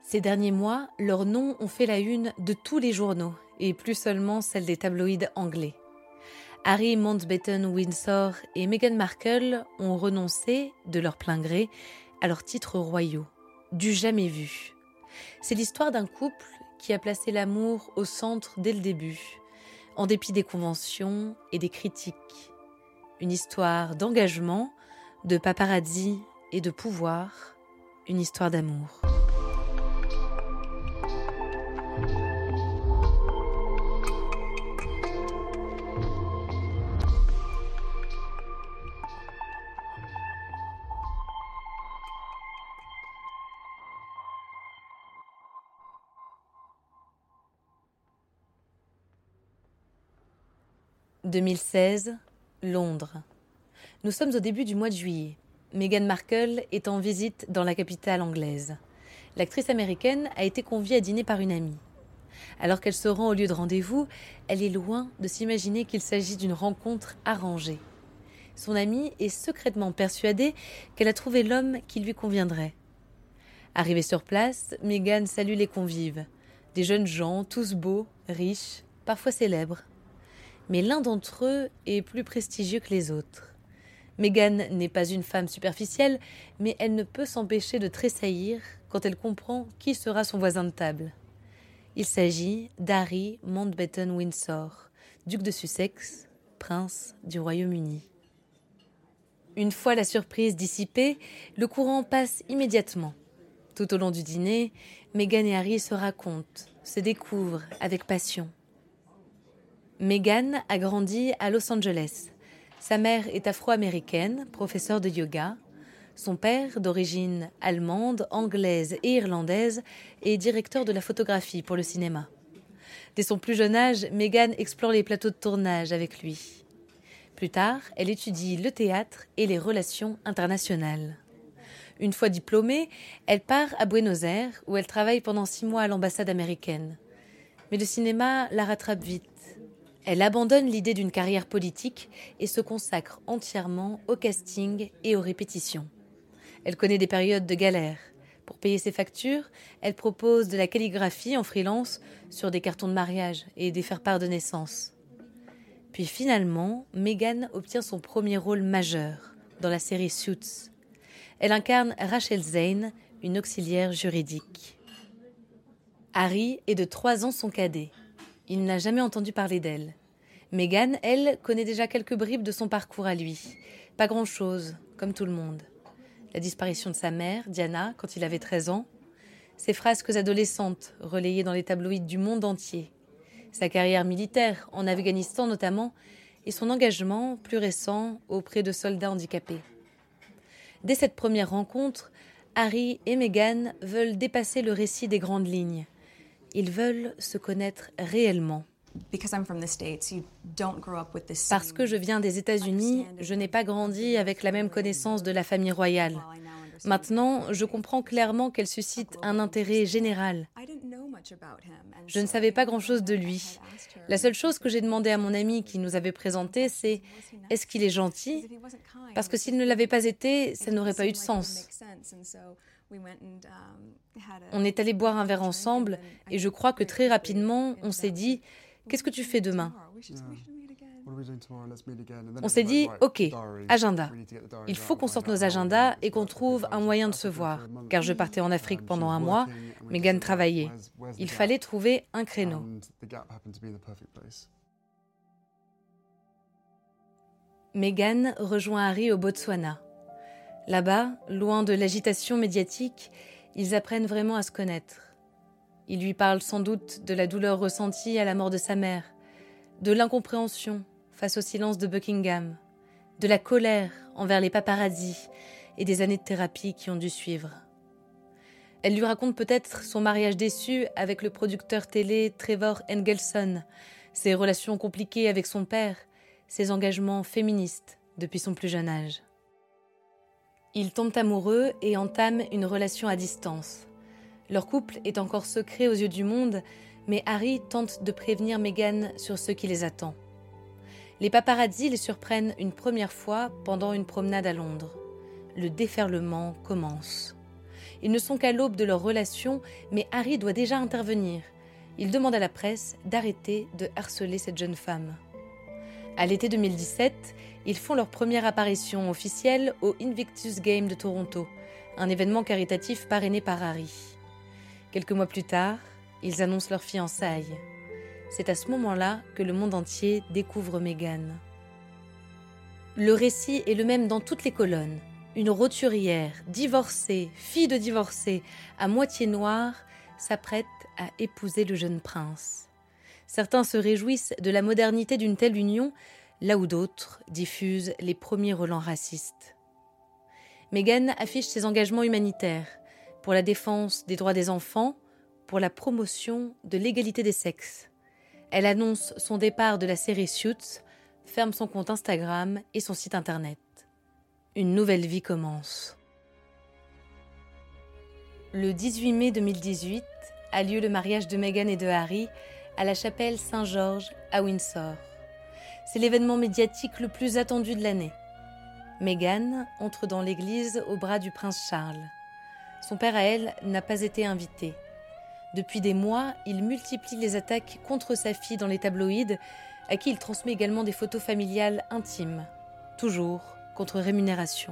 Ces derniers mois, leurs noms ont fait la une de tous les journaux, et plus seulement celle des tabloïds anglais. Harry Mountbatten-Windsor et Meghan Markle ont renoncé, de leur plein gré, à leurs titres royaux, du jamais vu. C'est l'histoire d'un couple qui a placé l'amour au centre dès le début, en dépit des conventions et des critiques. Une histoire d'engagement, de paparazzi et de pouvoir, une histoire d'amour. « 2016, Londres. Nous sommes au début du mois de juillet. Meghan Markle est en visite dans la capitale anglaise. L'actrice américaine a été conviée à dîner par une amie. Alors qu'elle se rend au lieu de rendez-vous, elle est loin de s'imaginer qu'il s'agit d'une rencontre arrangée. Son amie est secrètement persuadée qu'elle a trouvé l'homme qui lui conviendrait. Arrivée sur place, Meghan salue les convives. Des jeunes gens, tous beaux, riches, parfois célèbres. Mais l'un d'entre eux est plus prestigieux que les autres. Meghan n'est pas une femme superficielle, mais elle ne peut s'empêcher de tressaillir quand elle comprend qui sera son voisin de table. Il s'agit d'Harry Mountbatten-Windsor, duc de Sussex, prince du Royaume-Uni. Une fois la surprise dissipée, le courant passe immédiatement. Tout au long du dîner, Meghan et Harry se racontent, se découvrent avec passion. Meghan a grandi à Los Angeles. Sa mère est afro-américaine, professeure de yoga. Son père, d'origine allemande, anglaise et irlandaise, est directeur de la photographie pour le cinéma. Dès son plus jeune âge, Meghan explore les plateaux de tournage avec lui. Plus tard, elle étudie le théâtre et les relations internationales. Une fois diplômée, elle part à Buenos Aires, où elle travaille pendant 6 mois à l'ambassade américaine. Mais le cinéma la rattrape vite. Elle abandonne l'idée d'une carrière politique et se consacre entièrement au casting et aux répétitions. Elle connaît des périodes de galère. Pour payer ses factures, elle propose de la calligraphie en freelance sur des cartons de mariage et des faire-part de naissance. Puis finalement, Meghan obtient son premier rôle majeur dans la série Suits. Elle incarne Rachel Zane, une auxiliaire juridique. Harry est de 3 ans son cadet. Il n'a jamais entendu parler d'elle. Meghan, elle, connaît déjà quelques bribes de son parcours à lui. Pas grand-chose, comme tout le monde. La disparition de sa mère, Diana, quand il avait 13 ans. Ses frasques adolescentes, relayées dans les tabloïds du monde entier. Sa carrière militaire, en Afghanistan notamment, et son engagement, plus récent, auprès de soldats handicapés. Dès cette première rencontre, Harry et Meghan veulent dépasser le récit des grandes lignes. Ils veulent se connaître réellement. Parce que je viens des États-Unis, je n'ai pas grandi avec la même connaissance de la famille royale. Maintenant, je comprends clairement qu'elle suscite un intérêt général. Je ne savais pas grand-chose de lui. La seule chose que j'ai demandé à mon ami qui nous avait présenté, c'est « Est-ce qu'il est gentil ?» Parce que s'il ne l'avait pas été, ça n'aurait pas eu de sens. On est allé boire un verre ensemble et je crois que très rapidement, on s'est dit « Qu'est-ce que tu fais demain ?» On s'est dit « Ok, agenda. Il faut qu'on sorte nos agendas et qu'on trouve un moyen de se voir. » Car je partais en Afrique pendant 1 mois, Meghan travaillait. Il fallait trouver un créneau. Meghan rejoint Harry au Botswana. Là-bas, loin de l'agitation médiatique, ils apprennent vraiment à se connaître. Il lui parle sans doute de la douleur ressentie à la mort de sa mère, de l'incompréhension face au silence de Buckingham, de la colère envers les paparazzis et des années de thérapie qui ont dû suivre. Elle lui raconte peut-être son mariage déçu avec le producteur télé Trevor Engelson, ses relations compliquées avec son père, ses engagements féministes depuis son plus jeune âge. Ils tombent amoureux et entament une relation à distance. Leur couple est encore secret aux yeux du monde, mais Harry tente de prévenir Meghan sur ce qui les attend. Les paparazzis les surprennent une première fois pendant une promenade à Londres. Le déferlement commence. Ils ne sont qu'à l'aube de leur relation, mais Harry doit déjà intervenir. Il demande à la presse d'arrêter de harceler cette jeune femme. À l'été 2017, ils font leur première apparition officielle au Invictus Games de Toronto, un événement caritatif parrainé par Harry. Quelques mois plus tard, ils annoncent leur fiançailles. C'est à ce moment-là que le monde entier découvre Meghan. Le récit est le même dans toutes les colonnes. Une roturière, divorcée, fille de divorcé, à moitié noire, s'apprête à épouser le jeune prince. Certains se réjouissent de la modernité d'une telle union, là où d'autres diffusent les premiers relents racistes. Meghan affiche ses engagements humanitaires pour la défense des droits des enfants, pour la promotion de l'égalité des sexes. Elle annonce son départ de la série Suits, ferme son compte Instagram et son site internet. Une nouvelle vie commence. Le 18 mai 2018 a lieu le mariage de Meghan et de Harry à la chapelle Saint-Georges à Windsor. C'est l'événement médiatique le plus attendu de l'année. Meghan entre dans l'église au bras du prince Charles. Son père à elle n'a pas été invité. Depuis des mois, il multiplie les attaques contre sa fille dans les tabloïds, à qui il transmet également des photos familiales intimes, toujours contre rémunération.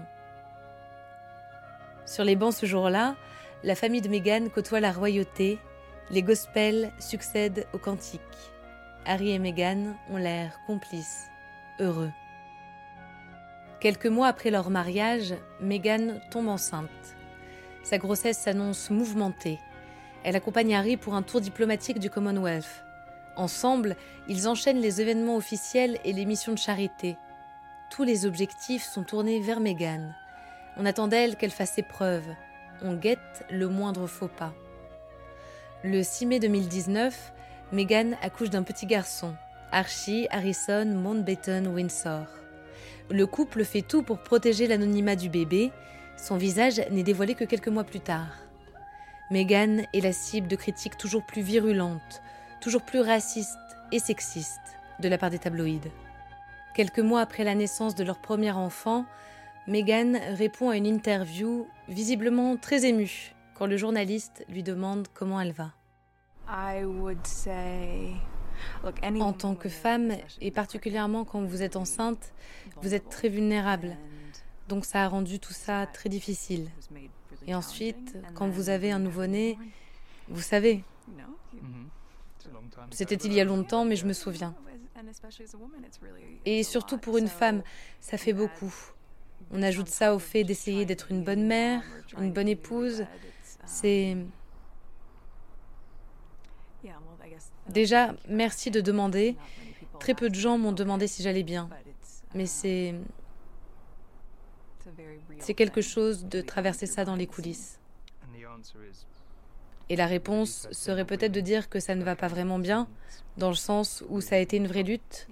Sur les bancs ce jour-là, la famille de Meghan côtoie la royauté, les gospels succèdent aux cantiques. Harry et Meghan ont l'air complices, heureux. Quelques mois après leur mariage, Meghan tombe enceinte. Sa grossesse s'annonce mouvementée. Elle accompagne Harry pour un tour diplomatique du Commonwealth. Ensemble, ils enchaînent les événements officiels et les missions de charité. Tous les objectifs sont tournés vers Meghan. On attend d'elle qu'elle fasse ses preuves. On guette le moindre faux pas. Le 6 mai 2019, Meghan accouche d'un petit garçon, Archie Harrison Mountbatten Windsor. Le couple fait tout pour protéger l'anonymat du bébé. Son visage n'est dévoilé que quelques mois plus tard. Meghan est la cible de critiques toujours plus virulentes, toujours plus racistes et sexistes de la part des tabloïds. Quelques mois après la naissance de leur premier enfant, Meghan répond à une interview visiblement très émue quand le journaliste lui demande comment elle va. En tant que femme, et particulièrement quand vous êtes enceinte, vous êtes très vulnérable. Donc ça a rendu tout ça très difficile. Et ensuite, quand vous avez un nouveau-né, vous savez, c'était il y a longtemps, mais je me souviens. Et surtout pour une femme, ça fait beaucoup. On ajoute ça au fait d'essayer d'être une bonne mère, une bonne épouse. C'est... Déjà, merci de demander. Très peu de gens m'ont demandé si j'allais bien. Mais c'est quelque chose de traverser ça dans les coulisses. Et la réponse serait peut-être de dire que ça ne va pas vraiment bien, dans le sens où ça a été une vraie lutte.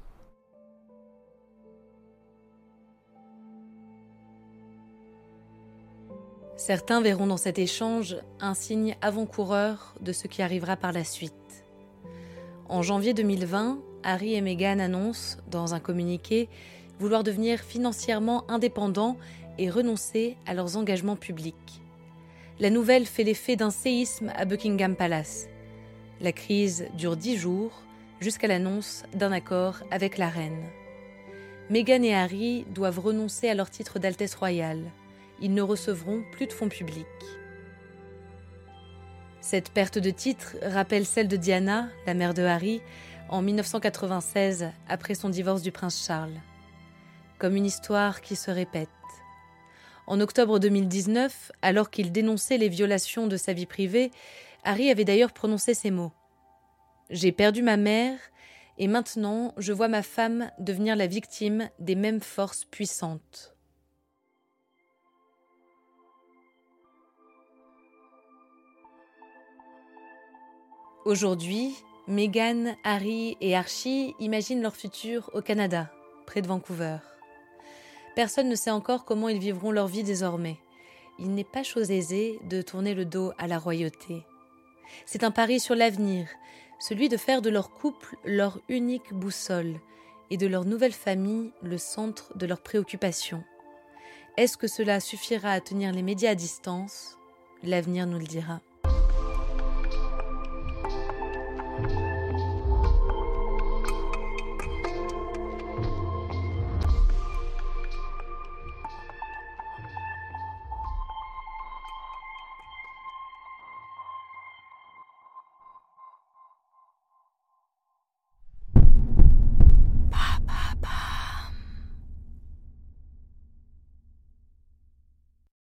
Certains verront dans cet échange un signe avant-coureur de ce qui arrivera par la suite. En janvier 2020, Harry et Meghan annoncent, dans un communiqué, vouloir devenir financièrement indépendants et renoncer à leurs engagements publics. La nouvelle fait l'effet d'un séisme à Buckingham Palace. La crise dure 10 jours, jusqu'à l'annonce d'un accord avec la reine. Meghan et Harry doivent renoncer à leur titre d'Altesse royale. Ils ne recevront plus de fonds publics. Cette perte de titre rappelle celle de Diana, la mère de Harry, en 1996, après son divorce du prince Charles. Comme une histoire qui se répète. En octobre 2019, alors qu'il dénonçait les violations de sa vie privée, Harry avait d'ailleurs prononcé ces mots. « J'ai perdu ma mère et maintenant je vois ma femme devenir la victime des mêmes forces puissantes. » Aujourd'hui, Meghan, Harry et Archie imaginent leur futur au Canada, près de Vancouver. Personne ne sait encore comment ils vivront leur vie désormais. Il n'est pas chose aisée de tourner le dos à la royauté. C'est un pari sur l'avenir, celui de faire de leur couple leur unique boussole et de leur nouvelle famille le centre de leurs préoccupations. Est-ce que cela suffira à tenir les médias à distance ? L'avenir nous le dira.